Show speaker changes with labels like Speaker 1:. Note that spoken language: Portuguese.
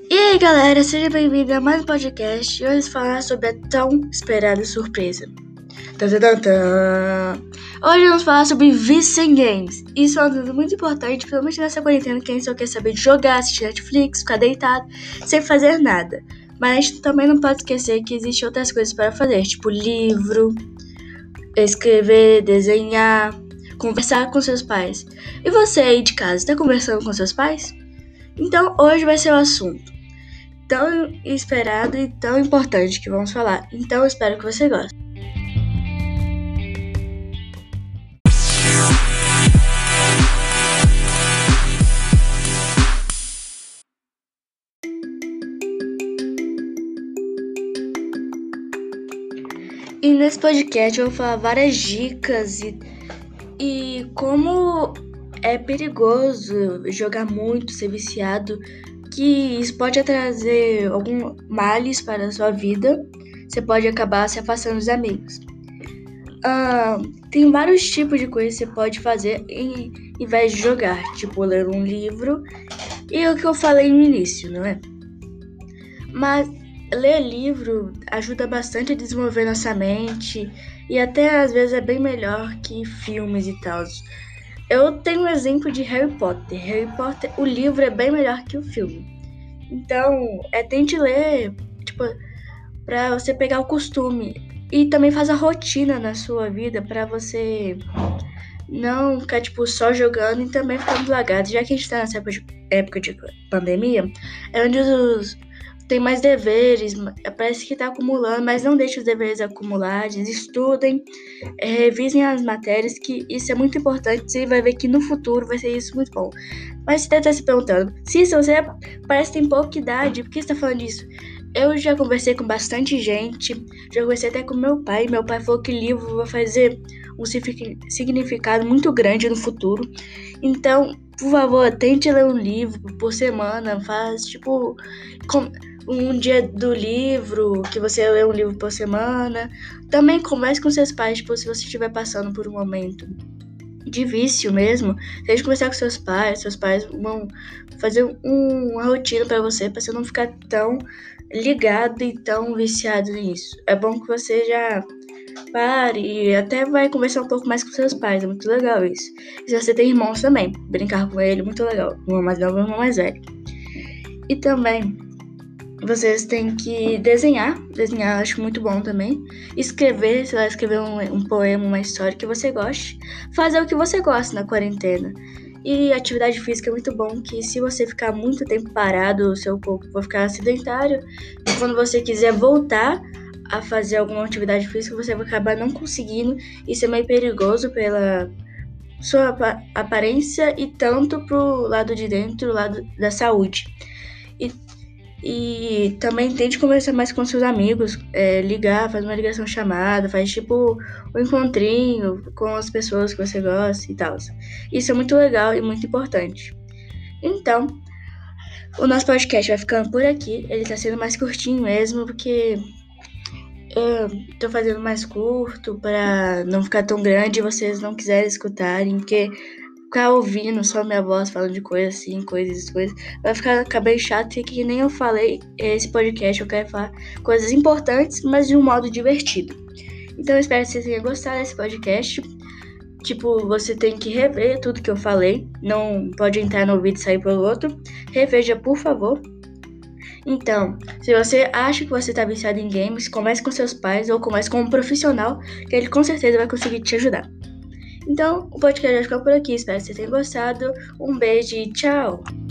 Speaker 1: E aí galera, seja bem-vindo a mais um podcast. Hoje vamos falar sobre a tão esperada surpresa. Hoje vamos falar sobre vício em games. Isso é um assunto muito importante, principalmente nessa quarentena, que a gente só quer saber de jogar, assistir Netflix, ficar deitado, sem fazer nada. Mas a gente também não pode esquecer que existem outras coisas para fazer, tipo livro, escrever, desenhar, conversar com seus pais. E você aí de casa, está conversando com seus pais? Então hoje vai ser o assunto tão esperado e tão importante que vamos falar. Então, espero que você goste. E nesse podcast eu vou falar várias dicas e como é perigoso jogar muito, ser viciado, que isso pode trazer algum males para a sua vida. Você pode acabar se afastando dos amigos. Tem vários tipos de coisas que você pode fazer em vez de jogar, tipo ler um livro e o que eu falei no início, não é? Mas ler livro ajuda bastante a desenvolver nossa mente e até às vezes é bem melhor que filmes e tal. Eu tenho um exemplo de Harry Potter. Harry Potter, o livro é bem melhor que o filme. Então, tente ler, tipo, pra você pegar o costume. E também faz a rotina na sua vida pra você não ficar, tipo, só jogando e também ficando lagado. Já que a gente tá nessa época de pandemia, é onde tem mais deveres, parece que tá acumulando, mas não deixe os deveres acumulados, estudem, revisem as matérias, que isso é muito importante, você vai ver que no futuro vai ser isso muito bom. Mas você deve estar se perguntando, se você parece que tem pouca idade, por que você tá falando disso? Eu já conversei com bastante gente, já conversei até com meu pai falou que livro vai fazer um significado muito grande no futuro. Então, por favor, tente ler um livro por semana, faz tipo um dia do livro, que você lê um livro por semana. Também converse com seus pais, tipo, se você estiver passando por um momento de vício mesmo, deixe conversar com seus pais vão fazer uma rotina pra você não ficar tão ligado e tão viciado nisso. É bom que você já pare e até vai conversar um pouco mais com seus pais, é muito legal isso. E se você tem irmãos também, brincar com ele, muito legal. Irmão mais novo e irmão mais velho. E também vocês têm que desenhar eu acho muito bom também. Escrever, sei lá, escrever um poema, uma história que você goste. Fazer o que você gosta na quarentena. E atividade física é muito bom, que se você ficar muito tempo parado, o seu corpo vai ficar sedentário. E quando você quiser voltar a fazer alguma atividade física, você vai acabar não conseguindo. Isso é meio perigoso pela sua aparência e tanto pro lado de dentro, o lado da saúde. E também tente conversar mais com seus amigos, ligar, faz uma ligação chamada, faz tipo um encontrinho com as pessoas que você gosta e tal. Isso é muito legal e muito importante. Então, o nosso podcast vai ficando por aqui. Ele tá sendo mais curtinho mesmo, porque eu tô fazendo mais curto pra não ficar tão grande e vocês não quiserem escutarem, porque ficar ouvindo só minha voz falando de coisas assim, coisas, vai ficar bem chato, e que nem eu falei, esse podcast eu quero falar coisas importantes, mas de um modo divertido. Então eu espero que vocês tenham gostado desse podcast. Tipo, você tem que rever tudo que eu falei, não pode entrar no ouvido e sair pelo outro. Reveja, por favor. Então, se você acha que você tá viciado em games, comece com seus pais ou comece com um profissional, que ele com certeza vai conseguir te ajudar. Então, o podcast vai ficar por aqui. Espero que vocês tenham gostado. Um beijo e tchau!